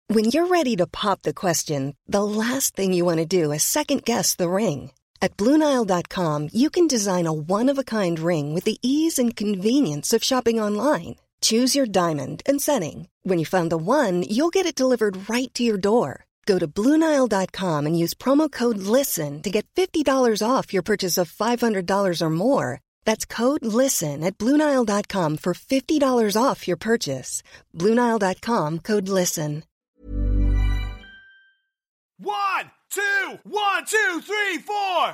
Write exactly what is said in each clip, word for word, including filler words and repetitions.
When you're ready to pop the question, the last thing you want to do is second-guess the ring. At Blue Nile dot com, you can design a one-of-a-kind ring with the ease and convenience of shopping online. Choose your diamond and setting. When you find the one, you'll get it delivered right to your door. Go to Blue Nile dot com and use promo code LISTEN to get fifty dollars off your purchase of five hundred dollars or more. That's code LISTEN at Blue Nile dot com for fifty dollars off your purchase. Blue Nile dot com, code LISTEN. One, two, one, two, three, four.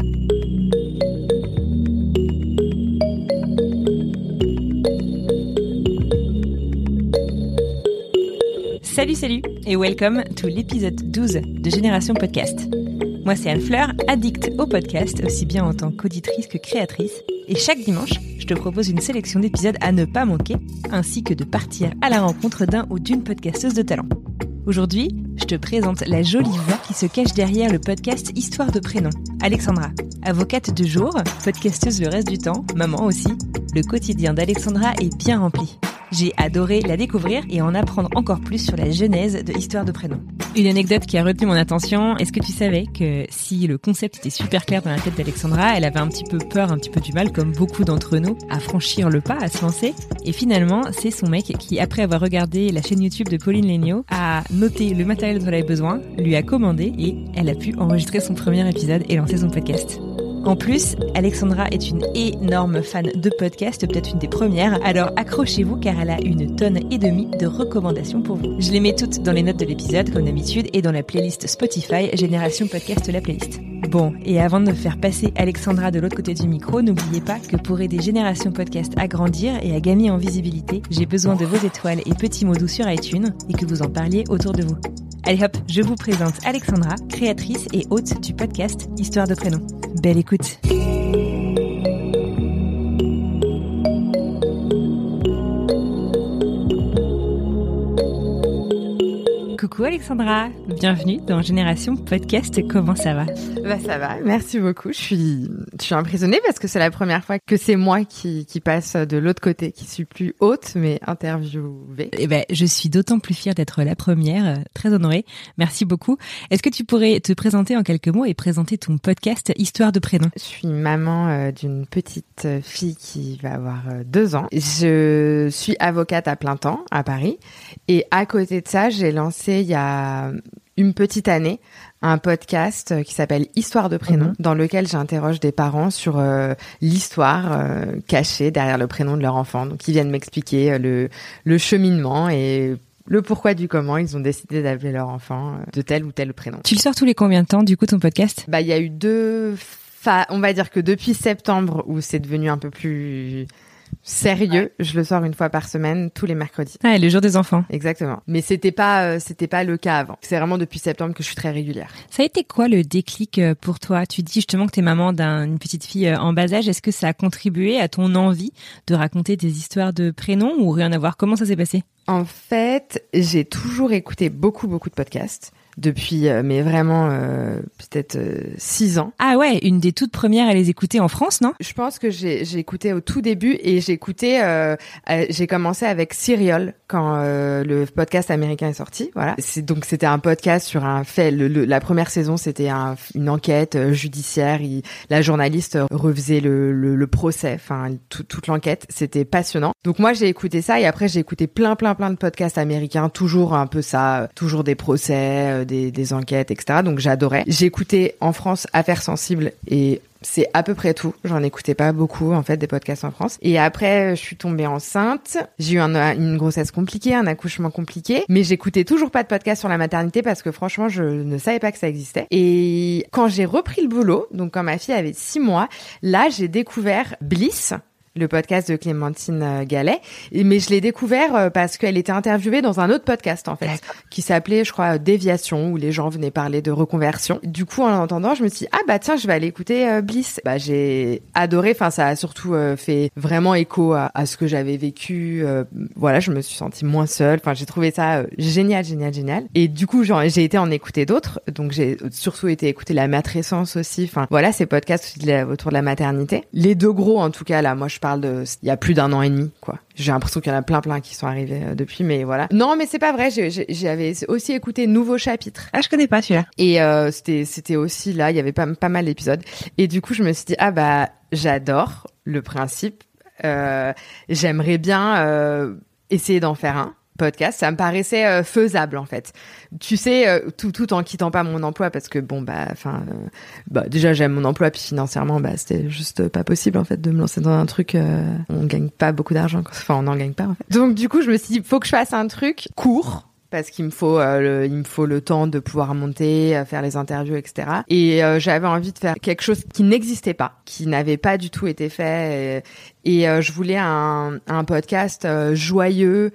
Salut, salut et welcome to l'épisode douze de Génération Podcast. Moi, c'est Anne Fleur, addict au podcast, aussi bien en tant qu'auditrice que créatrice. Et chaque dimanche, je te propose une sélection d'épisodes à ne pas manquer, ainsi que de partir à la rencontre d'un ou d'une podcasteuse de talent. Aujourd'hui, je te présente la jolie voix qui se cache derrière le podcast Histoire de prénom, Alexandra. Avocate de jour, podcasteuse le reste du temps, maman aussi, le quotidien d'Alexandra est bien rempli. J'ai adoré la découvrir et en apprendre encore plus sur la genèse de Histoire de prénom. Une anecdote qui a retenu mon attention, est-ce que tu savais que si le concept était super clair dans la tête d'Alexandra, elle avait un petit peu peur, un petit peu du mal, comme beaucoup d'entre nous, à franchir le pas, à se lancer. Et finalement, c'est son mec qui, après avoir regardé la chaîne YouTube de Pauline Léniaud, a noté le matériel dont elle avait besoin, lui a commandé et elle a pu enregistrer son premier épisode et lancer son podcast. En plus, Alexandra est une énorme fan de podcasts, peut-être une des premières, alors accrochez-vous car elle a une tonne et demie de recommandations pour vous. Je les mets toutes dans les notes de l'épisode, comme d'habitude, et dans la playlist Spotify Génération Podcast la playlist. Bon, et avant de faire passer Alexandra de l'autre côté du micro, n'oubliez pas que pour aider Génération Podcast à grandir et à gagner en visibilité, j'ai besoin de vos étoiles et petits mots doux sur iTunes et que vous en parliez autour de vous. Allez hop, je vous présente Alexandra, créatrice et hôte du podcast Histoire de prénom. Belle écoute. Coucou Alexandra, bienvenue dans Génération Podcast, comment ça va ? Bah ça va, merci beaucoup, je suis, je suis impressionnée parce que c'est la première fois que c'est moi qui, qui passe de l'autre côté, qui suis plus hôte mais interviewée. Eh ben, je suis d'autant plus fière d'être la première, très honorée, merci beaucoup. Est-ce que tu pourrais te présenter en quelques mots et présenter ton podcast Histoire de prénom ? Je suis maman euh, d'une petite fille qui va avoir euh, deux ans. Je suis avocate à plein temps à Paris et à côté de ça, j'ai lancé il y a une petite année un podcast qui s'appelle Histoire de prénom, mmh. dans lequel j'interroge des parents sur euh, l'histoire euh, cachée derrière le prénom de leur enfant. Donc, ils viennent m'expliquer le, le cheminement et le pourquoi du comment ils ont décidé d'appeler leur enfant de tel ou tel prénom. Tu le sors tous les combien de temps, du coup, ton podcast ? Bah, il y a eu deux... Fa... On va dire que depuis septembre, où c'est devenu un peu plus... sérieux, ouais. Je le sors une fois par semaine, tous les mercredis. Ah, le jour des enfants. Exactement. Mais c'était pas, euh, c'était pas le cas avant. C'est vraiment depuis septembre que je suis très régulière. Ça a été quoi le déclic pour toi ? Tu dis justement que t'es maman d'une petite fille en bas âge. Est-ce que ça a contribué à ton envie de raconter des histoires de prénoms ou rien à voir ? Comment ça s'est passé ? En fait, j'ai toujours écouté beaucoup, beaucoup de podcasts. Depuis, euh, mais vraiment, euh, peut-être euh, six ans. Ah ouais, une des toutes premières à les écouter en France, non ? Je pense que j'ai, j'ai écouté au tout début et j'ai écouté, euh, euh, j'ai commencé avec Serial quand euh, le podcast américain est sorti. Voilà. C'est, donc c'était un podcast sur un fait. Le, le, la première saison, c'était un, une enquête euh, judiciaire. Il, la journaliste refaisait le, le, le procès, enfin tout, toute l'enquête. C'était passionnant. Donc moi j'ai écouté ça et après j'ai écouté plein, plein, plein de podcasts américains. Toujours un peu ça, toujours des procès. Euh, Des, des enquêtes, et cetera. Donc j'adorais. J'ai écouté en France Affaires sensibles et c'est à peu près tout. J'en écoutais pas beaucoup en fait des podcasts en France. Et après je suis tombée enceinte. J'ai eu un, une grossesse compliquée, un accouchement compliqué, mais j'écoutais toujours pas de podcast sur la maternité parce que franchement je ne savais pas que ça existait. Et quand j'ai repris le boulot, donc quand ma fille avait six mois, là j'ai découvert Bliss, le podcast de Clémentine Gallet, mais je l'ai découvert parce qu'elle était interviewée dans un autre podcast en fait, D'accord. qui s'appelait je crois Déviation, où les gens venaient parler de reconversion. Du coup en l'entendant je me suis dit ah bah tiens je vais aller écouter euh, Bliss. Bah j'ai adoré, enfin ça a surtout euh, fait vraiment écho à, à ce que j'avais vécu. Euh, voilà, je me suis sentie moins seule. Enfin j'ai trouvé ça euh, génial, génial, génial. Et du coup genre, j'ai été en écouter d'autres, donc j'ai surtout été écouter La Matrescence aussi. Enfin voilà ces podcasts autour de la maternité. Les deux gros en tout cas là, moi je parle de il y a plus d'un an et demi, quoi. J'ai l'impression qu'il y en a plein plein qui sont arrivés euh, depuis, mais voilà. Non, mais c'est pas vrai. J'ai, j'ai, j'avais aussi écouté Nouveau Chapitre. Ah, je connais pas celui-là. Et euh, c'était c'était aussi là, il y avait pas pas mal d'épisodes. Et du coup, je me suis dit ah bah j'adore le principe. Euh, j'aimerais bien euh, essayer d'en faire un podcast. Ça me paraissait euh, faisable en fait. Tu sais, euh, tout tout en quittant pas mon emploi parce que bon bah enfin euh, bah déjà j'aime mon emploi puis financièrement bah c'était juste pas possible en fait de me lancer dans un truc. Euh, on gagne pas beaucoup d'argent. Enfin on n'en gagne pas en fait. Donc du coup je me suis dit faut que je fasse un truc court. Parce qu'il me faut, euh, le, il me faut le temps de pouvoir monter, euh, faire les interviews, et cetera. Et euh, j'avais envie de faire quelque chose qui n'existait pas, qui n'avait pas du tout été fait. Et, et euh, je voulais un, un podcast euh, joyeux,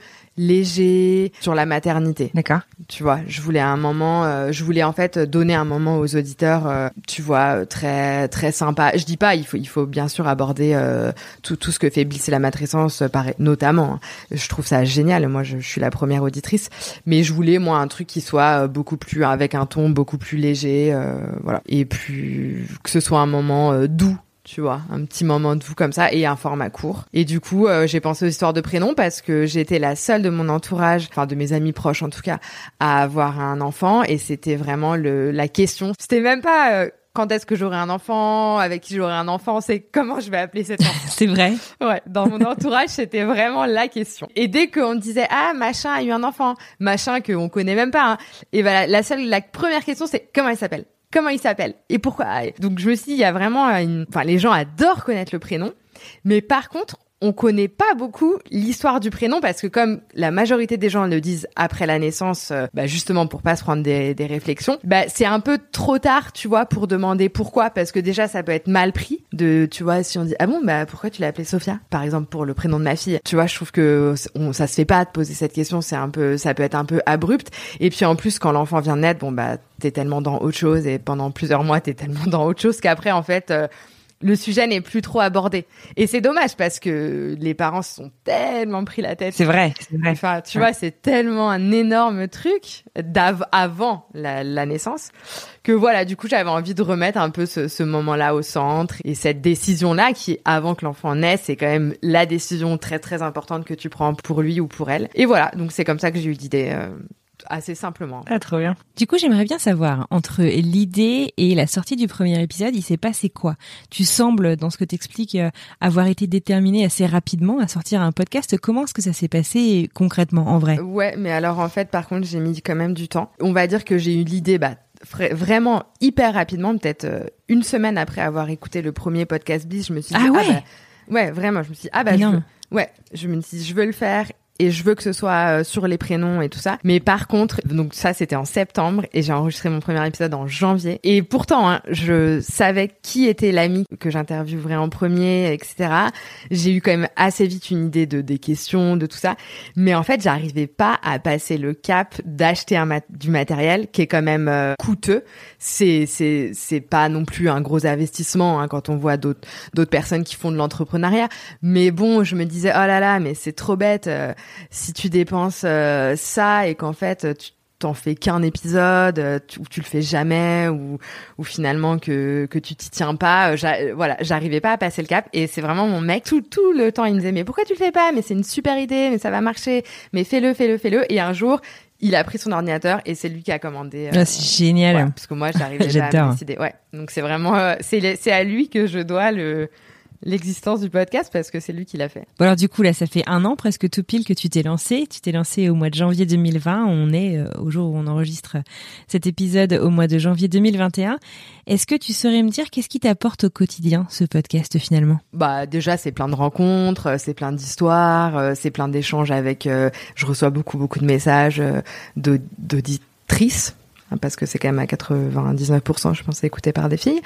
léger, sur la maternité. D'accord. Tu vois, je voulais un moment, euh, je voulais en fait donner un moment aux auditeurs, euh, tu vois, très très sympa. Je dis pas, il faut il faut bien sûr aborder euh, tout tout ce que fait Bliss et la matrescence, pareil, notamment. Hein. Je trouve ça génial. Moi, je, je suis la première auditrice, mais je voulais moi un truc qui soit beaucoup plus avec un ton beaucoup plus léger, euh, voilà, et plus que ce soit un moment euh, doux. Tu vois, un petit moment de vous comme ça et un format court. Et du coup, euh, j'ai pensé aux histoires de prénoms parce que j'étais la seule de mon entourage, enfin de mes amis proches en tout cas, à avoir un enfant et c'était vraiment le la question. C'était même pas euh, quand est-ce que j'aurai un enfant, avec qui j'aurai un enfant, c'est comment je vais appeler cet enfant. C'est vrai. Ouais, dans mon entourage, c'était vraiment la question. Et dès qu'on disait ah machin a eu un enfant, machin que on connaît même pas, hein, et voilà, la seule, la première question c'est comment il s'appelle. Comment il s'appelle et pourquoi. Donc je me suis dit, il y a vraiment une... Enfin, les gens adorent connaître le prénom, mais par contre, on connaît pas beaucoup l'histoire du prénom parce que comme la majorité des gens le disent après la naissance, euh, bah justement pour pas se prendre des, des réflexions, bah c'est un peu trop tard, tu vois, pour demander pourquoi, parce que déjà ça peut être mal pris de, tu vois, si on dit ah bon bah pourquoi tu l'as appelée Sophia, par exemple pour le prénom de ma fille, tu vois, je trouve que on, ça se fait pas de poser cette question, c'est un peu, ça peut être un peu abrupt, et puis en plus quand l'enfant vient de naître, bon bah t'es tellement dans autre chose et pendant plusieurs mois t'es tellement dans autre chose qu'après en fait euh, le sujet n'est plus trop abordé. Et c'est dommage parce que les parents se sont tellement pris la tête. C'est vrai, c'est vrai. Enfin, tu ouais. vois, c'est tellement un énorme truc d'av- avant la, la naissance que voilà, du coup, j'avais envie de remettre un peu ce, ce moment-là au centre et cette décision-là qui, avant que l'enfant naisse, c'est quand même la décision très, très importante que tu prends pour lui ou pour elle. Et voilà, donc c'est comme ça que j'ai eu l'idée. Euh, Assez simplement. Ah, trop bien. Du coup, j'aimerais bien savoir, entre l'idée et la sortie du premier épisode, il s'est passé quoi? Tu sembles, dans ce que t'expliques, euh, avoir été déterminée assez rapidement à sortir un podcast. Comment est-ce que ça s'est passé concrètement, en vrai? Ouais, mais alors en fait, par contre, j'ai mis quand même du temps. On va dire que j'ai eu l'idée, bah, fr- vraiment hyper rapidement, peut-être euh, une semaine après avoir écouté le premier podcast Bliss, je me suis dit, ah ouais, ah bah, ouais, vraiment, je me suis dit, ah bah, je veux, ouais, je me suis dit, je veux le faire. Et je veux que ce soit sur les prénoms et tout ça. Mais par contre, donc ça c'était en septembre et j'ai enregistré mon premier épisode en janvier. Et pourtant, hein, je savais qui était l'ami que j'interviewerais en premier, et cetera. J'ai eu quand même assez vite une idée de des questions, de tout ça. Mais en fait, j'arrivais pas à passer le cap d'acheter un mat- du matériel qui est quand même euh, coûteux. C'est c'est c'est pas non plus un gros investissement hein, quand on voit d'autres d'autres personnes qui font de l'entrepreneuriat. Mais bon, je me disais oh là là, mais c'est trop bête. Euh, si tu dépenses euh, ça et qu'en fait tu t'en fais qu'un épisode euh, tu, ou tu le fais jamais ou ou finalement que que tu t'y tiens pas, euh, j'a, voilà, j'arrivais pas à passer le cap et c'est vraiment mon mec tout tout le temps il me disait mais pourquoi tu le fais pas, mais c'est une super idée, mais ça va marcher, mais fais-le fais-le fais-le et un jour il a pris son ordinateur et c'est lui qui a commandé. Euh, ah, c'est génial. Ouais, parce que moi j'arrivais pas à me décider. Ouais, donc c'est vraiment euh, c'est c'est à lui que je dois le l'existence du podcast parce que c'est lui qui l'a fait. Bon alors du coup là ça fait un an presque tout pile que tu t'es lancé. Tu t'es lancé au mois de janvier deux mille vingt. On est euh, au jour où on enregistre cet épisode au mois de janvier deux mille vingt et un. Est-ce que tu saurais me dire qu'est-ce qui t'apporte au quotidien ce podcast finalement? Bah déjà c'est plein de rencontres, c'est plein d'histoires, c'est plein d'échanges avec. Euh, je reçois beaucoup beaucoup de messages euh, d'auditrices parce que c'est quand même à quatre-vingt-dix-neuf pour cent je pense écouté par des filles.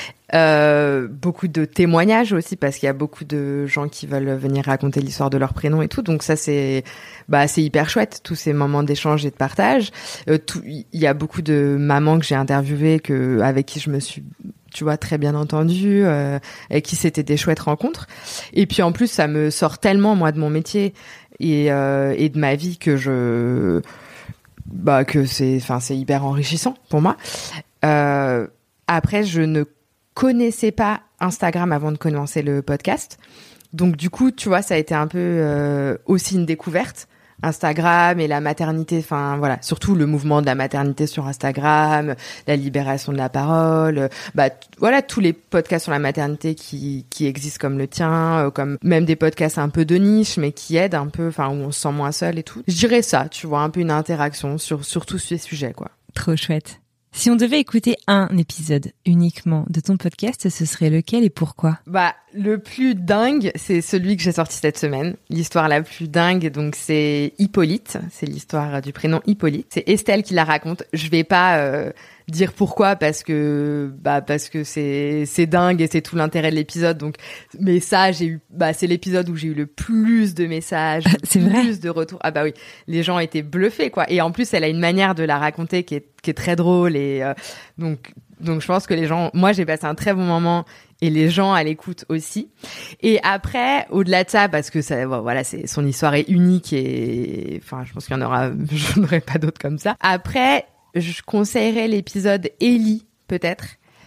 Euh, beaucoup de témoignages aussi parce qu'il y a beaucoup de gens qui veulent venir raconter l'histoire de leur prénom et tout, donc ça c'est bah c'est hyper chouette tous ces moments d'échange et de partage. Euh, tout, il y a beaucoup de mamans que j'ai interviewées que avec qui je me suis tu vois très bien entendue, euh, avec qui c'était des chouettes rencontres. Et puis en plus ça me sort tellement moi de mon métier et euh, et de ma vie que je bah que c'est enfin c'est hyper enrichissant pour moi. Euh, après je ne connaissais pas Instagram avant de commencer le podcast. Donc du coup, tu vois, ça a été un peu euh, aussi une découverte. Instagram et la maternité, enfin voilà, surtout le mouvement de la maternité sur Instagram, la libération de la parole, bah t- voilà tous les podcasts sur la maternité qui qui existent comme le tien, euh, comme même des podcasts un peu de niche mais qui aident un peu, enfin où on se sent moins seul et tout. Je dirais ça, tu vois, un peu une interaction sur sur tous ces sujets quoi. Trop chouette. Si on devait écouter un épisode uniquement de ton podcast, ce serait lequel et pourquoi ? Bah, le plus dingue, c'est celui que j'ai sorti cette semaine. L'histoire la plus dingue, donc c'est Hippolyte. C'est l'histoire du prénom Hippolyte. C'est Estelle qui la raconte. Je vais pas euh, dire pourquoi parce que bah parce que c'est c'est dingue et c'est tout l'intérêt de l'épisode. Donc, mais ça, j'ai eu bah c'est l'épisode où j'ai eu le plus de messages, c'est le vrai. plus de retours. Ah bah oui, les gens étaient bluffés quoi. Et en plus, elle a une manière de la raconter qui est qui est très drôle et euh, donc donc je pense que les gens, moi j'ai passé un très bon moment et les gens à l'écoute aussi. Et après, au-delà de ça, parce que ça, voilà, c'est son histoire est unique et enfin, je pense qu'il y en aura, je n'aurai pas d'autres comme ça. Après, je conseillerais l'épisode Ellie peut-être,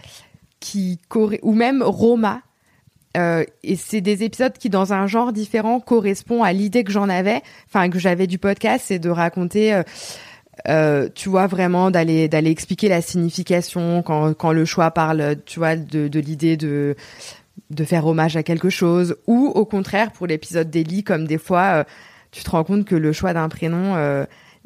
qui ou même Roma. Euh, et c'est des épisodes qui, dans un genre différent, correspondent à l'idée que j'en avais, enfin que j'avais du podcast, c'est de raconter. Euh, Euh, tu vois vraiment d'aller d'aller expliquer la signification quand quand le choix parle, tu vois, de de l'idée de de faire hommage à quelque chose, ou au contraire pour l'épisode d'Ellie, comme des fois euh, tu te rends compte que le choix d'un prénom euh,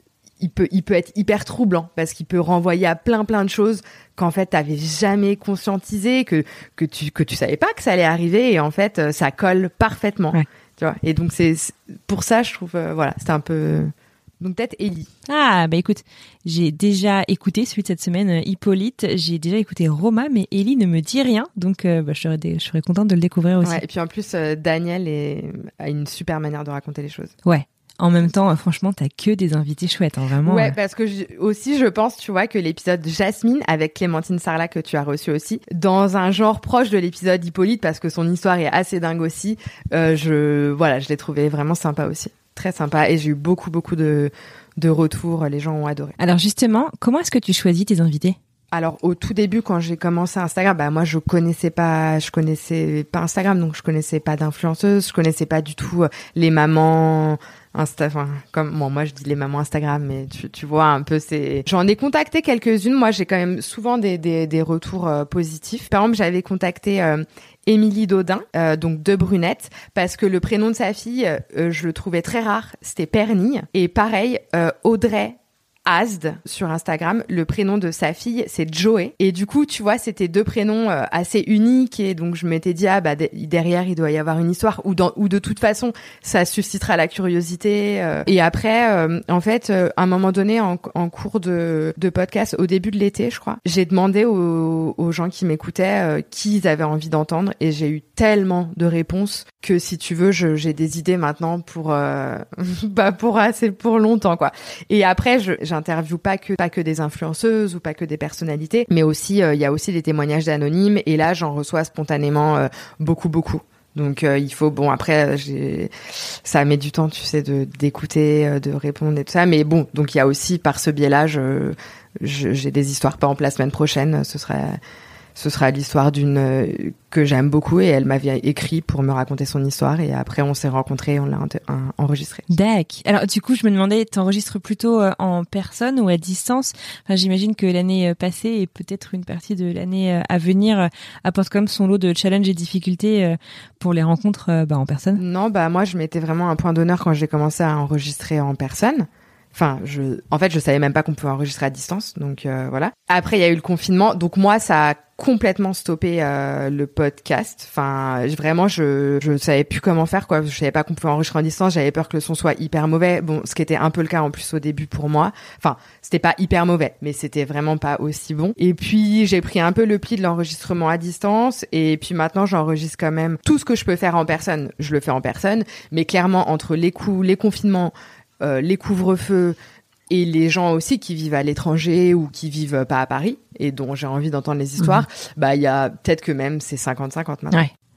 il peut il peut être hyper troublant parce qu'il peut renvoyer à plein plein de choses qu'en fait t'avais jamais conscientisé, que que tu que tu savais pas que ça allait arriver, et en fait ça colle parfaitement. Ouais. Tu vois, et donc c'est, c'est pour ça je trouve euh, voilà, c'était un peu. Donc peut-être Ellie. Ah bah écoute, j'ai déjà écouté celui de cette semaine, euh, Hippolyte, j'ai déjà écouté Roma, mais Ellie ne me dit rien, donc euh, bah, je, serais des, je serais contente de le découvrir aussi. Ouais, et puis en plus, euh, Daniel est, a une super manière de raconter les choses. Ouais. En même temps, euh, franchement, t'as que des invités chouettes, hein, vraiment. Ouais, euh. parce que je, aussi, je pense, tu vois, que l'épisode Jasmine avec Clémentine Sarlat que tu as reçu aussi, dans un genre proche de l'épisode Hippolyte, parce que son histoire est assez dingue aussi, euh, je, voilà, je l'ai trouvé vraiment sympa aussi. Très sympa, et j'ai eu beaucoup, beaucoup de, de retours, les gens ont adoré. Alors justement, comment est-ce que tu choisis tes invités ? Alors au tout début, quand j'ai commencé Instagram, bah moi je connaissais pas, je connaissais pas Instagram, donc je connaissais pas d'influenceuses, je connaissais pas du tout les mamans Insta, enfin comme bon, moi je dis les mamans Instagram, mais tu, tu vois un peu c'est. J'en ai contacté quelques-unes. Moi j'ai quand même souvent des des, des retours euh, positifs. Par exemple, j'avais contacté euh, Émilie Daudin, euh, donc de Brunette, parce que le prénom de sa fille, euh, je le trouvais très rare. C'était Pernille. Et pareil, euh, Audrey Asd sur Instagram, le prénom de sa fille c'est Joey, et du coup tu vois c'était deux prénoms euh, assez uniques, et donc je m'étais dit ah bah de- derrière il doit y avoir une histoire, ou dans ou de toute façon ça suscitera la curiosité, euh. Et après euh, en fait euh, à un moment donné en, en cours de, de podcast au début de l'été je crois, j'ai demandé aux, aux gens qui m'écoutaient euh, qui ils avaient envie d'entendre, et j'ai eu tellement de réponses que si tu veux je, j'ai des idées maintenant pour euh, bah pour assez pour longtemps quoi. Et après je j'interviewe pas que pas que des influenceuses ou pas que des personnalités, mais aussi il euh, y a aussi des témoignages d'anonymes, et là j'en reçois spontanément euh, beaucoup beaucoup. Donc euh, il faut bon après j'ai ça met du temps tu sais de d'écouter, euh, de répondre et tout ça, mais bon donc il y a aussi par ce biais-là je, je j'ai des histoires. Par exemple la semaine prochaine ce sera ce sera l'histoire d'une euh, que j'aime beaucoup, et elle m'avait écrit pour me raconter son histoire, et après on s'est rencontrés et on l'a int- un- enregistré. D'accord. Alors du coup, je me demandais, t'enregistres plutôt euh, en personne ou à distance ? Enfin, j'imagine que l'année euh, passée et peut-être une partie de l'année euh, à venir euh, apporte quand même son lot de challenges et difficultés euh, pour les rencontres euh, bah, en personne. Non, bah moi je mettais vraiment un point d'honneur quand j'ai commencé à enregistrer en personne. Enfin, je, en fait, je savais même pas qu'on pouvait enregistrer à distance, donc euh, voilà. Après, il y a eu le confinement, donc moi, ça a complètement stoppé euh, le podcast. Enfin, je- vraiment, je, je savais plus comment faire, quoi. Je savais pas qu'on pouvait enregistrer en distance. J'avais peur que le son soit hyper mauvais. Bon, ce qui était un peu le cas en plus au début pour moi. Enfin, c'était pas hyper mauvais, mais c'était vraiment pas aussi bon. Et puis, j'ai pris un peu le pli de l'enregistrement à distance. Et puis maintenant, j'enregistre quand même tout ce que je peux faire en personne. Je le fais en personne, mais clairement entre les coups, les confinements, Euh, les couvre-feux et les gens aussi qui vivent à l'étranger ou qui vivent pas à Paris et dont j'ai envie d'entendre les histoires, mmh. bah il y a peut-être que même c'est cinquante cinquante maintenant. Ouais.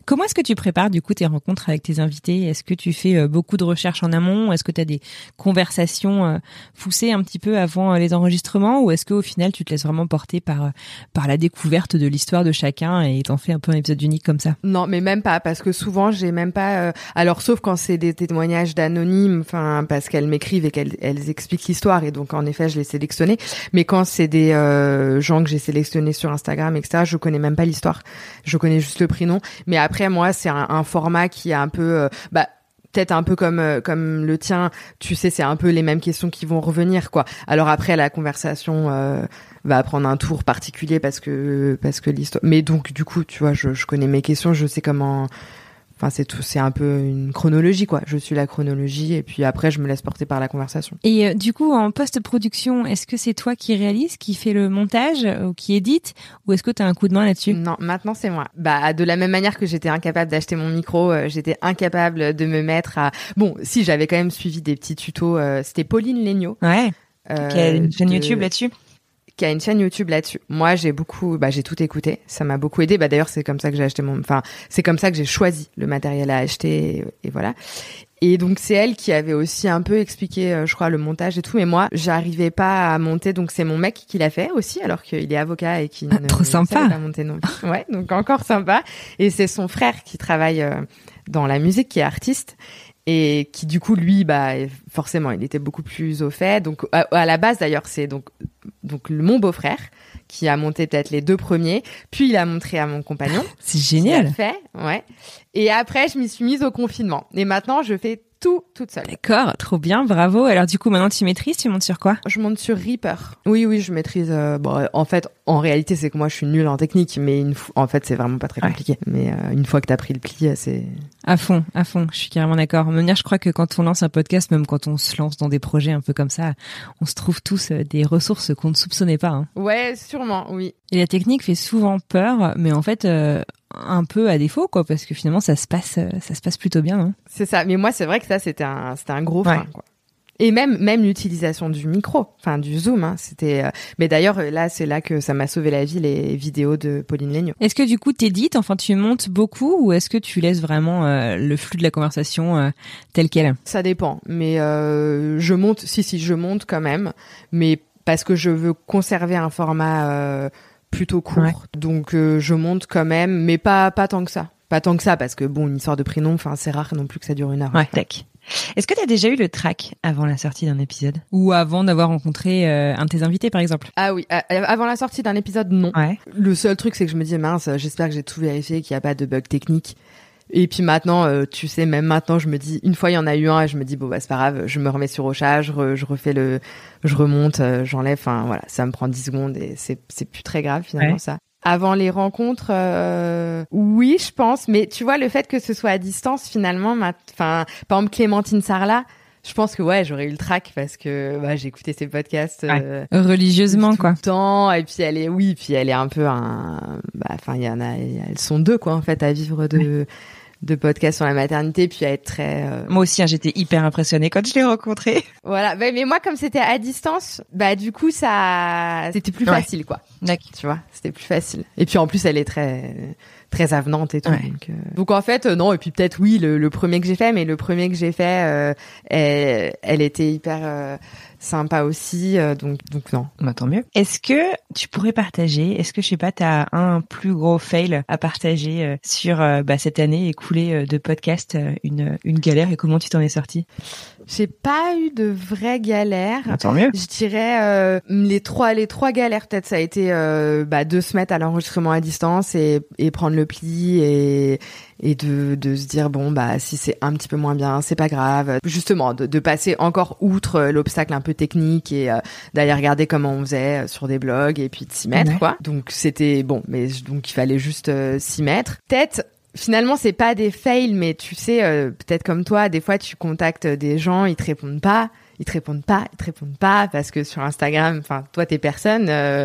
Comment est-ce que tu prépares du coup tes rencontres avec tes invités? Est-ce que tu fais euh, beaucoup de recherches en amont? Est-ce que tu as des conversations euh, poussées un petit peu avant euh, les enregistrements, ou est-ce qu'au final tu te laisses vraiment porter par euh, par la découverte de l'histoire de chacun et t'en fais un peu un épisode unique comme ça? Non, mais même pas, parce que souvent j'ai même pas. Euh... Alors sauf quand c'est des témoignages d'anonymes, enfin parce qu'elles m'écrivent et qu'elles elles expliquent l'histoire, et donc en effet je les sélectionne. Mais quand c'est des euh, gens que j'ai sélectionnés sur Instagram, et cetera, je connais même pas l'histoire. Je connais juste le prénom. Mais après moi c'est un, un format qui est un peu euh, bah peut-être un peu comme euh, comme le tien, tu sais, c'est un peu les mêmes questions qui vont revenir, quoi. Alors après la conversation euh, va prendre un tour particulier parce que parce que l'histoire. Mais donc du coup, tu vois, je je connais mes questions, je sais comment. Enfin, c'est tout, c'est un peu une chronologie, quoi. Je suis la chronologie et puis après, je me laisse porter par la conversation. Et euh, du coup, en post-production, est-ce que c'est toi qui réalise, qui fait le montage ou qui édite, ou est-ce que tu as un coup de main là-dessus? Non, maintenant c'est moi. Bah, de la même manière que j'étais incapable d'acheter mon micro, euh, j'étais incapable de me mettre à. Bon, si j'avais quand même suivi des petits tutos. Euh, c'était Pauline Legnaud. Ouais. Euh, qui a une chaîne de... YouTube là-dessus. Qui a une chaîne YouTube là-dessus. Moi, j'ai beaucoup, bah, j'ai tout écouté. Ça m'a beaucoup aidé. Bah, d'ailleurs, c'est comme ça que j'ai acheté mon, enfin, c'est comme ça que j'ai choisi le matériel à acheter, et, et voilà. Et donc, c'est elle qui avait aussi un peu expliqué, euh, je crois, le montage et tout. Mais moi, j'arrivais pas à monter. Donc, c'est mon mec qui l'a fait aussi, alors qu'il est avocat et qui ah, ne, trop sympa. savait pas monter non plus. Ouais. Donc, encore sympa. Et c'est son frère qui travaille euh, dans la musique, qui est artiste. Et qui du coup lui bah forcément il était beaucoup plus au fait, donc à, à la base d'ailleurs c'est donc donc mon beau-frère qui a monté peut-être les deux premiers, puis il a montré à mon compagnon. C'est génial. Il a fait, ouais. Et après je m'y suis mise au confinement et maintenant je fais tout toute seule. D'accord, trop bien, bravo. Alors du coup maintenant tu maîtrises, tu montes sur quoi? Je monte sur Reaper. Oui oui, je maîtrise. Euh, bon en fait en réalité c'est que moi je suis nulle en technique, mais une f... en fait c'est vraiment pas très compliqué. Ouais. Mais euh, une fois que t'as pris le pli, c'est à fond, à fond. Je suis carrément d'accord. De manière, je crois que quand on lance un podcast, même quand on se lance dans des projets un peu comme ça, on se trouve tous des ressources qu'on ne soupçonnait pas. Hein. Ouais, sûrement, oui. Et la technique fait souvent peur, mais en fait, euh, un peu à défaut, quoi, parce que finalement, ça se passe, ça se passe plutôt bien, non? C'est ça. Mais moi, c'est vrai que ça, c'était un, c'était un gros frein, ouais. quoi. Et même même l'utilisation du micro, enfin du zoom, hein, c'était. Euh... Mais d'ailleurs là, c'est là que ça m'a sauvé la vie, les vidéos de Pauline Legnaud. Est-ce que du coup t'édites, enfin tu montes beaucoup, ou est-ce que tu laisses vraiment euh, le flux de la conversation euh, tel quel? Ça dépend, mais euh, je monte. Si si, je monte quand même, mais parce que je veux conserver un format euh, plutôt court, ouais. donc euh, je monte quand même, mais pas pas tant que ça, pas tant que ça, parce que bon, une histoire de prénom, enfin c'est rare non plus que ça dure une heure. Ouais, tac. Est-ce que tu as déjà eu le trac avant la sortie d'un épisode, ou avant d'avoir rencontré euh, un de tes invités par exemple? Ah oui, euh, avant la sortie d'un épisode, non. Ouais. Le seul truc c'est que je me dis mince, j'espère que j'ai tout vérifié, qu'il n'y a pas de bug technique. Et puis maintenant, euh, tu sais, même maintenant, je me dis, une fois il y en a eu un, et je me dis bon bah c'est pas grave, je me remets sur Ocha, je, re, je refais le, je remonte, euh, j'enlève, enfin voilà, ça me prend dix secondes et c'est c'est plus très grave finalement ouais. ça. Avant les rencontres, euh, oui, je pense. Mais tu vois, le fait que ce soit à distance, finalement, enfin, par exemple, Clémentine Sarlat, je pense que ouais, j'aurais eu le trac parce que bah, j'ai écouté ses podcasts euh, ouais. religieusement, tout quoi. Le temps, et puis elle est, oui, puis elle est un peu un, bah, enfin, il y en a, elles sont deux, quoi, en fait, à vivre de. Ouais. de podcasts sur la maternité, puis à être très... Euh... Moi aussi, hein, j'étais hyper impressionnée quand je l'ai rencontrée. Voilà, bah, mais moi, comme c'était à distance, bah du coup, ça, c'était plus ouais. facile, quoi. D'accord. Tu vois, c'était plus facile. Et puis en plus, elle est très, très avenante et tout. Ouais. Donc, euh... donc en fait, euh, non, et puis peut-être oui, le, le premier que j'ai fait, mais le premier que j'ai fait, euh, elle, elle était hyper... Euh, sympa aussi, euh, donc donc non. Bah, tant mieux. Est-ce que tu pourrais partager, est-ce que je sais pas, t'as un plus gros fail à partager euh, sur euh, bah, cette année écoulée euh, de podcast, euh, une une galère, et comment tu t'en es sortie? J'ai pas eu de vraie galère. Bah, tant mieux. Je dirais euh, les trois les trois galères peut-être ça a été euh, bah de se mettre à l'enregistrement à distance et et prendre le pli et et de de se dire bon bah si c'est un petit peu moins bien, c'est pas grave. Justement de de passer encore outre l'obstacle un peu technique et euh, d'aller regarder comment on faisait sur des blogs et puis de s'y mettre ouais. quoi. Donc c'était bon, mais donc il fallait juste euh, s'y mettre. Peut-être finalement, c'est pas des fails, mais tu sais, euh, peut-être comme toi, des fois, tu contactes des gens, ils te répondent pas, ils te répondent pas, ils te répondent pas, parce que sur Instagram, enfin, toi, t'es personne. Euh,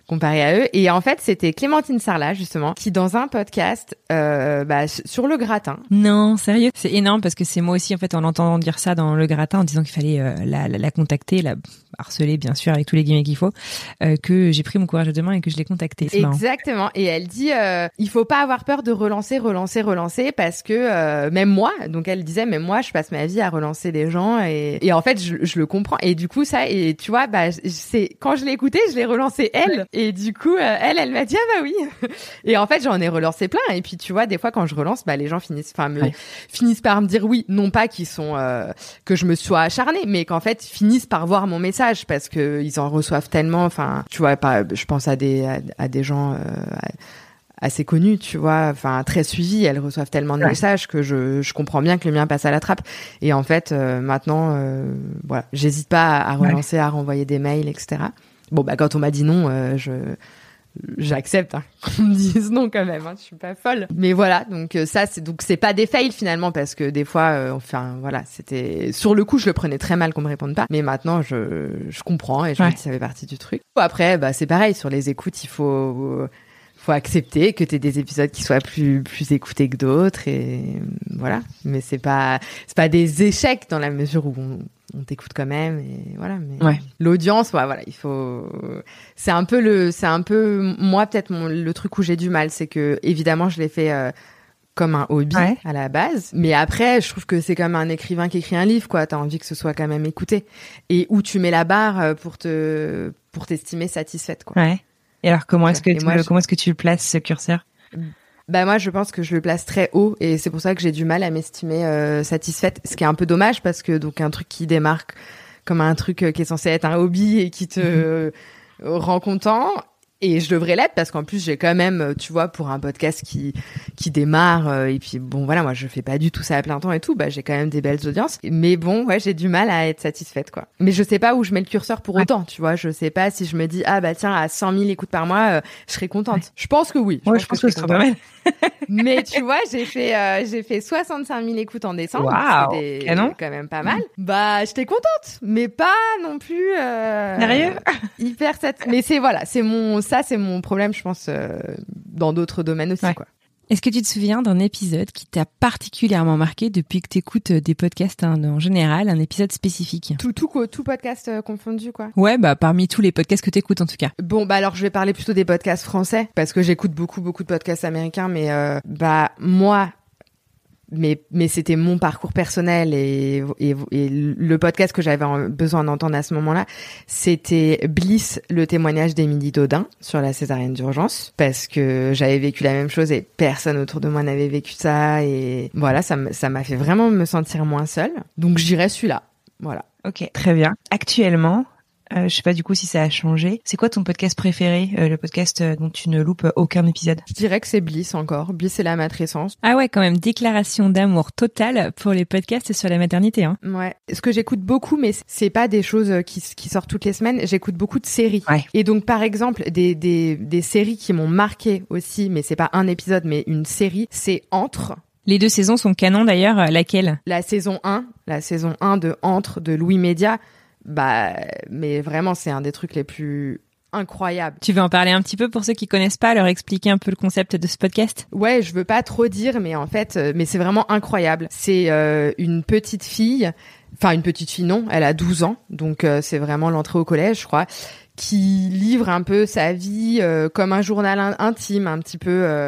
comparé à eux. Et en fait, c'était Clémentine Sarlat, justement, qui dans un podcast euh, bah, sur le gratin. Non, sérieux, c'est énorme parce que c'est moi aussi en fait en entendant dire ça dans le gratin, en disant qu'il fallait euh, la, la, la contacter, la harceler bien sûr avec tous les guillemets qu'il faut, euh, que j'ai pris mon courage à deux mains et que je l'ai contactée. C'est Exactement. marrant. Et elle dit, euh, il faut pas avoir peur de relancer, relancer, relancer, parce que euh, même moi, donc elle disait, même moi, je passe ma vie à relancer des gens et, et en fait, je, je le comprends. Et du coup, ça, et tu vois, bah, c'est quand je l'ai écouté, je l'ai relancé elle. Et du coup, euh, elle, elle m'a dit, ah bah oui. Et en fait, j'en ai relancé plein. Et puis, tu vois, des fois, quand je relance, bah, les gens finissent, enfin, me, ouais. finissent par me dire oui, non pas qu'ils sont, euh, que je me sois acharnée, mais qu'en fait, finissent par voir mon message parce que ils en reçoivent tellement. Enfin, tu vois, pas, je pense à des, à, à des gens euh, assez connus, tu vois, enfin très suivis. Elles reçoivent tellement de ouais. messages que je, je comprends bien que le mien passe à la trappe. Et en fait, euh, maintenant, euh, voilà, j'hésite pas à, à relancer, ouais. à renvoyer des mails, et cetera. Bon, bah quand on m'a dit non, euh, je j'accepte hein, qu'on me dise non quand même. Hein, je suis pas folle. Mais voilà, donc euh, ça, c'est donc c'est pas des fails finalement parce que des fois, euh, enfin voilà, c'était sur le coup, je le prenais très mal qu'on me réponde pas. Mais maintenant, je je comprends et je ouais. me dis ça fait partie du truc. Après, bah c'est pareil sur les écoutes, il faut faut accepter que t'aies des épisodes qui soient plus plus écoutés que d'autres et voilà. Mais c'est pas c'est pas des échecs dans la mesure où on on t'écoute quand même et voilà mais ouais. l'audience ouais, voilà il faut c'est un peu le c'est un peu moi peut-être mon, le truc où j'ai du mal c'est que évidemment je l'ai fait euh, comme un hobby ouais. à la base mais après je trouve que c'est comme un écrivain qui écrit un livre quoi t'as envie que ce soit quand même écouté et où tu mets la barre pour te pour t'estimer satisfaite quoi. Ouais. Et alors comment est-ce que tu, moi, comment est-ce que tu places ce curseur? Bah moi je pense que je le place très haut et c'est pour ça que j'ai du mal à m'estimer euh, satisfaite, ce qui est un peu dommage parce que donc un truc qui démarque comme un truc qui est censé être un hobby et qui te euh, rend content et je devrais l'être parce qu'en plus j'ai quand même tu vois pour un podcast qui qui démarre euh, et puis bon voilà moi je fais pas du tout ça à plein temps et tout bah j'ai quand même des belles audiences mais bon ouais j'ai du mal à être satisfaite quoi mais je sais pas où je mets le curseur pour ouais. autant tu vois je sais pas si je me dis ah bah tiens à cent mille écoutes par mois euh, je serais contente ouais. je pense que oui je ouais, pense je pense que, que c'est pas mal mais tu vois j'ai fait euh, j'ai fait soixante-cinq mille écoutes en décembre wow. c'était Canon. Quand même pas mal bah j'étais contente mais pas non plus euh, sérieux hyper sat- mais c'est voilà c'est mon ça c'est mon problème je pense euh, dans d'autres domaines aussi ouais. quoi. Est-ce que tu te souviens d'un épisode qui t'a particulièrement marqué depuis que t'écoutes des podcasts hein, en général, un épisode spécifique? Tout, tout, quoi, tout podcast euh, confondu, quoi. Ouais, bah parmi tous les podcasts que t'écoutes en tout cas. Bon, bah alors je vais parler plutôt des podcasts français parce que j'écoute beaucoup, beaucoup de podcasts américains, mais euh, bah moi. Mais, mais c'était mon parcours personnel et, et, et le podcast que j'avais besoin d'entendre à ce moment-là, c'était Bliss, le témoignage d'Émilie Daudin sur la césarienne d'urgence, parce que j'avais vécu la même chose et personne autour de moi n'avait vécu ça et voilà, ça, ça m'a fait vraiment me sentir moins seule. Donc j'irais celui-là, voilà. Ok, très bien. Actuellement, Euh, je sais pas du coup si ça a changé. C'est quoi ton podcast préféré, euh, le podcast euh, dont tu ne loupes aucun épisode? Je dirais que c'est Bliss encore. Bliss et la matrescence. Ah ouais, quand même, déclaration d'amour totale pour les podcasts sur la maternité. Hein. Ouais. Ce que j'écoute beaucoup, mais c'est pas des choses qui, qui sortent toutes les semaines. J'écoute beaucoup de séries. Ouais. Et donc par exemple des des des séries qui m'ont marqué aussi, mais c'est pas un épisode, mais une série. C'est Entre. Les deux saisons sont canon d'ailleurs. Laquelle? La saison un, la saison un de Entre de Louis Média. Bah, mais vraiment, c'est un des trucs les plus incroyables. Tu veux en parler un petit peu pour ceux qui connaissent pas, leur expliquer un peu le concept de ce podcast? Ouais, je veux pas trop dire, mais en fait, euh, mais c'est vraiment incroyable. C'est euh, une petite fille, enfin une petite fille non, elle a douze ans, donc euh, c'est vraiment l'entrée au collège, je crois, qui livre un peu sa vie euh, comme un journal in- intime, un petit peu, euh,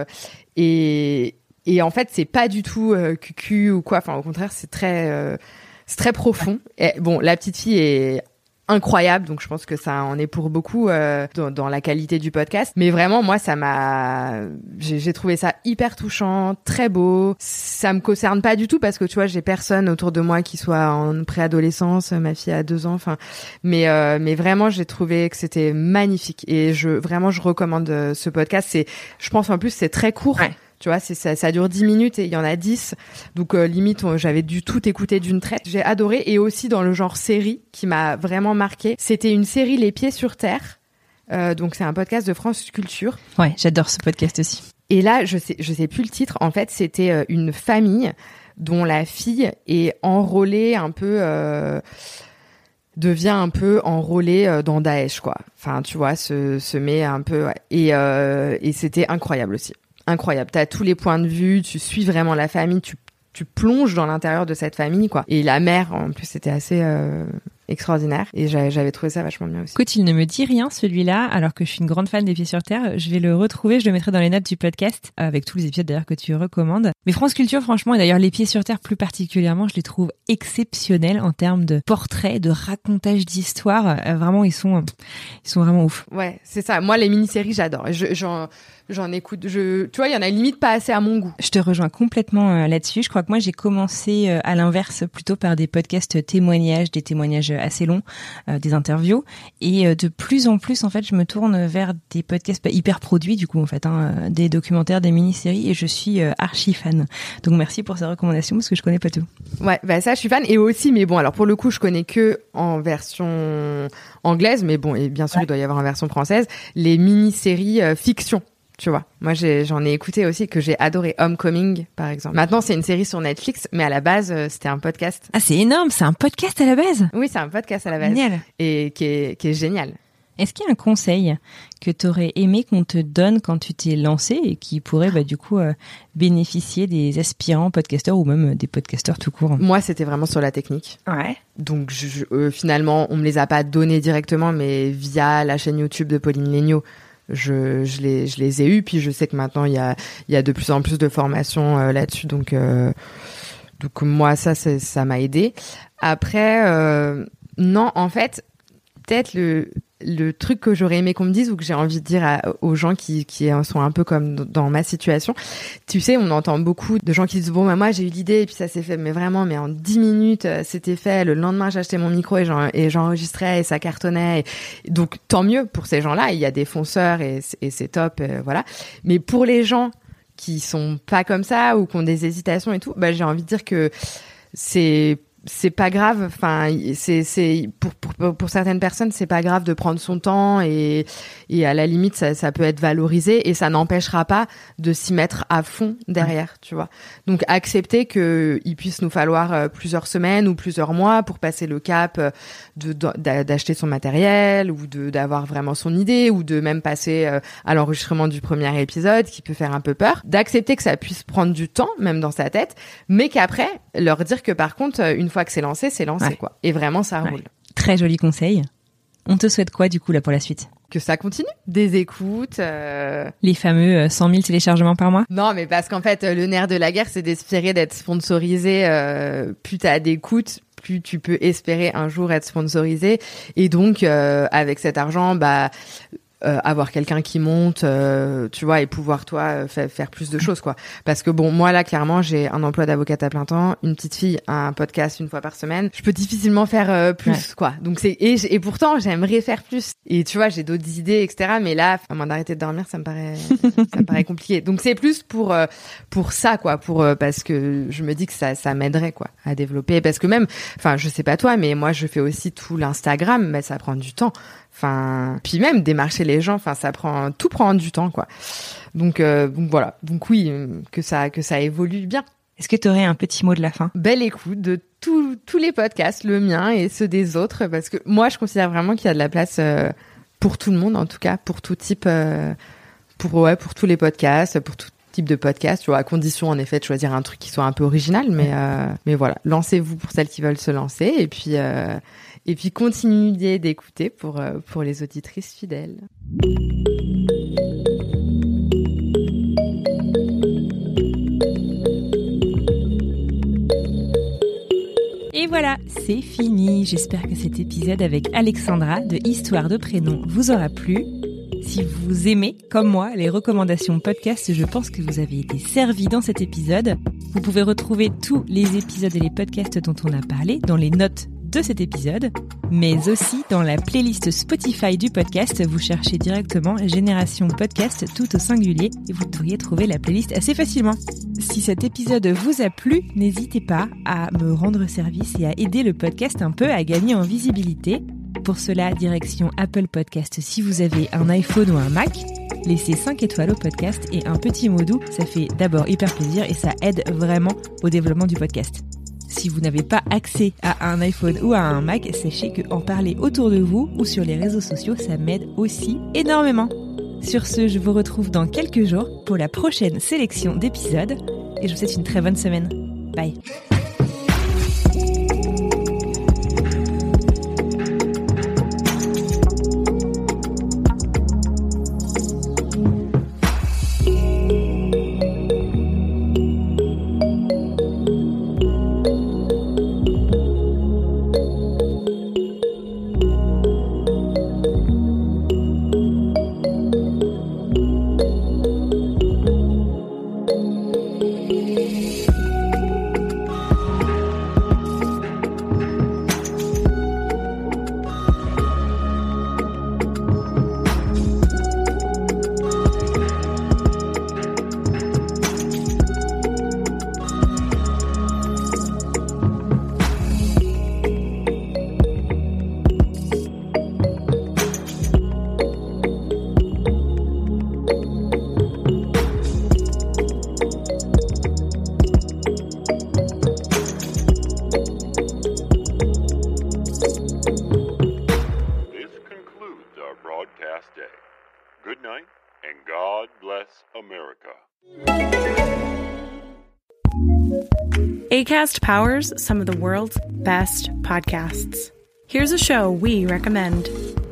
et et en fait, c'est pas du tout euh, cucu ou quoi. Enfin, au contraire, c'est très euh, C'est très profond. Et bon, la petite fille est incroyable, donc je pense que ça en est pour beaucoup euh, dans, dans la qualité du podcast. Mais vraiment, moi, ça m'a, j'ai, j'ai trouvé ça hyper touchant, très beau. Ça me concerne pas du tout parce que tu vois, j'ai personne autour de moi qui soit en préadolescence. Ma fille a deux ans, enfin, mais euh, mais vraiment, j'ai trouvé que c'était magnifique et je vraiment je recommande ce podcast. C'est, je pense en plus, c'est très court. Ouais. Tu vois, c'est ça, ça dure dix minutes et il y en a dix. Donc, euh, limite, on, j'avais dû tout écouter d'une traite. J'ai adoré. Et aussi dans le genre série qui m'a vraiment marqué. C'était une série Les Pieds sur Terre. Euh, donc, c'est un podcast de France Culture. Ouais, j'adore ce podcast aussi. Et là, je sais, je sais plus le titre. En fait, c'était euh, une famille dont la fille est enrôlée un peu... Euh, devient un peu enrôlé dans Daesh, quoi. Enfin, tu vois, se, se met un peu... Ouais. Et, euh, et c'était incroyable aussi. Incroyable. T'as tous les points de vue, tu suis vraiment la famille, tu, tu plonges dans l'intérieur de cette famille, quoi. Et la mère, en plus, c'était assez... Euh... extraordinaire et j'avais, j'avais trouvé ça vachement bien aussi. Écoute, il ne me dit rien celui-là, alors que je suis une grande fan des Pieds sur Terre. Je vais le retrouver, je le mettrai dans les notes du podcast, avec tous les épisodes d'ailleurs que tu recommandes. Mais France Culture, franchement, et d'ailleurs les Pieds sur Terre plus particulièrement, je les trouve exceptionnels en termes de portraits, de racontage d'histoire. Euh, vraiment, ils sont, ils sont vraiment ouf. Ouais, c'est ça. Moi, les mini-séries, j'adore. Je, j'en, j'en écoute. Je, tu vois, il y en a limite pas assez à mon goût. Je te rejoins complètement euh, là-dessus. Je crois que moi, j'ai commencé euh, à l'inverse, plutôt par des podcasts témoignages, des témoignages assez longs, euh, des interviews, et euh, de plus en plus en fait je me tourne vers des podcasts bah, hyper produits du coup en fait, hein, des documentaires, des mini-séries, et je suis euh, archi fan. Donc merci pour ces recommandations parce que je connais pas tout. Ouais, bah ça je suis fan, et aussi mais bon alors pour le coup je connais que en version anglaise, mais bon et bien sûr ouais. Il doit y avoir en version française les mini-séries euh, fiction. Tu vois, moi j'ai, j'en ai écouté aussi, que j'ai adoré. Homecoming, par exemple. Maintenant, c'est une série sur Netflix, mais à la base, euh, c'était un podcast. Ah, c'est énorme, c'est un podcast à la base. Oui, c'est un podcast à la base. Génial. Et qui est, qui est génial. Est-ce qu'il y a un conseil que t'aurais aimé qu'on te donne quand tu t'es lancé et qui pourrait, bah, du coup, euh, bénéficier des aspirants podcasteurs ou même des podcasteurs tout court? Moi, c'était vraiment sur la technique. Ouais. Donc, je, je, euh, finalement, on me les a pas donnés directement, mais via la chaîne YouTube de Pauline Léniaud. Je, je les, je les ai eus, puis je sais que maintenant il y a, il y a de plus en plus de formations euh, là-dessus, donc, euh, donc moi ça, c'est, ça m'a aidé. Après, euh, non, en fait, peut-être le, le truc que j'aurais aimé qu'on me dise ou que j'ai envie de dire à, aux gens qui, qui sont un peu comme dans ma situation. Tu sais, on entend beaucoup de gens qui disent bon, bah, moi j'ai eu l'idée et puis ça s'est fait, mais vraiment, mais en dix minutes, c'était fait. Le lendemain, j'ai acheté mon micro et, j'en, et j'enregistrais et ça cartonnait. Et, donc, tant mieux pour ces gens-là. Il y a des fonceurs et, et c'est top, et voilà. Mais pour les gens qui sont pas comme ça ou qui ont des hésitations et tout, bah, j'ai envie de dire que c'est c'est pas grave, enfin c'est c'est pour pour pour certaines personnes c'est pas grave de prendre son temps et et à la limite ça ça peut être valorisé et ça n'empêchera pas de s'y mettre à fond derrière, ouais. Tu vois. Donc accepter que il puisse nous falloir plusieurs semaines ou plusieurs mois pour passer le cap de, de d'acheter son matériel ou de d'avoir vraiment son idée ou de même passer à l'enregistrement du premier épisode qui peut faire un peu peur, d'accepter que ça puisse prendre du temps même dans sa tête, mais qu'après leur dire que par contre une fois que c'est lancé, c'est lancé, ouais. Quoi. Et vraiment, ça roule. Ouais. Très joli conseil. On te souhaite quoi, du coup, là, pour la suite? Que ça continue. Des écoutes. Euh... Les fameux cent mille téléchargements par mois? Non, mais parce qu'en fait, le nerf de la guerre, c'est d'espérer d'être sponsorisé. Euh, plus t'as d'écoutes, plus tu peux espérer un jour être sponsorisé. Et donc, euh, avec cet argent, bah... Euh, avoir quelqu'un qui monte, euh, tu vois, et pouvoir toi euh, fa- faire plus de choses, quoi. Parce que bon, moi là, clairement, j'ai un emploi d'avocate à plein temps, une petite fille, un podcast une fois par semaine. Je peux difficilement faire euh, plus, ouais. Quoi. Donc c'est et, et pourtant j'aimerais faire plus. Et tu vois, j'ai d'autres idées, et cetera. Mais là, à moins d'arrêter de dormir, ça me paraît, ça me paraît compliqué. Donc c'est plus pour euh, pour ça, quoi, pour euh, parce que je me dis que ça ça m'aiderait, quoi, à développer. Parce que même, enfin, je sais pas toi, mais moi je fais aussi tout l'Instagram, mais ça prend du temps. Enfin, puis même démarcher les gens, enfin ça prend, tout prend du temps, quoi. Donc, euh, donc voilà, donc oui, que ça, que ça évolue bien. Est-ce que tu aurais un petit mot de la fin? Belle écoute de tous tous les podcasts, le mien et ceux des autres, parce que moi je considère vraiment qu'il y a de la place euh, pour tout le monde, en tout cas pour tout type, euh, pour ouais, pour tous les podcasts, pour tout type de podcast, tu vois, à condition en effet de choisir un truc qui soit un peu original, mais euh, mais voilà, lancez-vous pour celles qui veulent se lancer et puis. Euh, Et puis, continuez d'écouter pour, euh, pour les auditrices fidèles. Et voilà, c'est fini. J'espère que cet épisode avec Alexandra de Histoire de prénom vous aura plu. Si vous aimez, comme moi, les recommandations podcast, je pense que vous avez été servis dans cet épisode. Vous pouvez retrouver tous les épisodes et les podcasts dont on a parlé dans les notes de cet épisode, mais aussi dans la playlist Spotify du podcast. Vous cherchez directement Génération Podcast tout au singulier et vous devriez trouver la playlist assez facilement. Si cet épisode vous a plu, n'hésitez pas à me rendre service et à aider le podcast un peu à gagner en visibilité. Pour cela, direction Apple Podcast si vous avez un iPhone ou un Mac. Laissez cinq étoiles au podcast et un petit mot doux, ça fait d'abord hyper plaisir et ça aide vraiment au développement du podcast. Si vous n'avez pas accès à un iPhone ou à un Mac, sachez que en parler autour de vous ou sur les réseaux sociaux, ça m'aide aussi énormément. Sur ce, je vous retrouve dans quelques jours pour la prochaine sélection d'épisodes et je vous souhaite une très bonne semaine. Bye. Good night, and God bless America. Acast powers some of the world's best podcasts. Here's a show we recommend.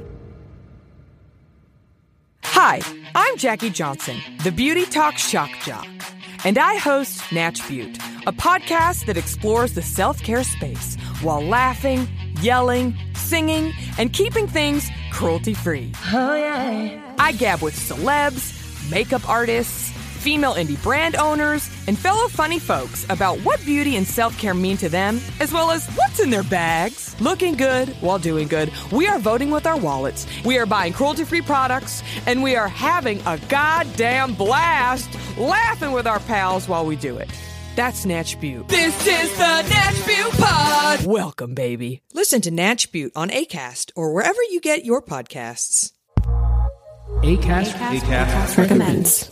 Hi, I'm Jackie Johnson, the beauty talk shock jock. And I host Natch Beaut, a podcast that explores the self-care space while laughing, yelling, singing, and keeping things cruelty-free. Oh, yeah. I gab with celebs, makeup artists, female indie brand owners, and fellow funny folks about what beauty and self-care mean to them, as well as what's in their bags. Looking good while doing good. We are voting with our wallets. We are buying cruelty-free products, and we are having a goddamn blast laughing with our pals while we do it. That's Natch Beaut. This is the Natch Beaut Pod. Welcome, baby. Listen to Natch Beaut on Acast or wherever you get your podcasts. Acast, Acast, Acast recommends.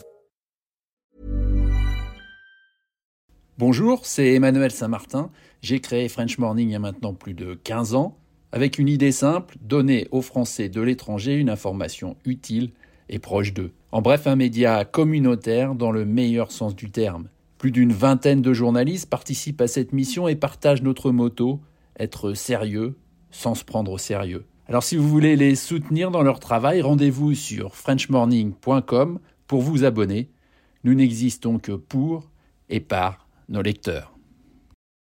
Bonjour, c'est Emmanuel Saint-Martin. J'ai créé French Morning il y a maintenant plus de quinze ans, avec une idée simple, donner aux Français de l'étranger une information utile et proche d'eux. En bref, un média communautaire dans le meilleur sens du terme. Plus d'une vingtaine de journalistes participent à cette mission et partagent notre motto, être sérieux sans se prendre au sérieux. Alors si vous voulez les soutenir dans leur travail, rendez-vous sur french morning point com pour vous abonner. Nous n'existons que pour et par nos lecteurs.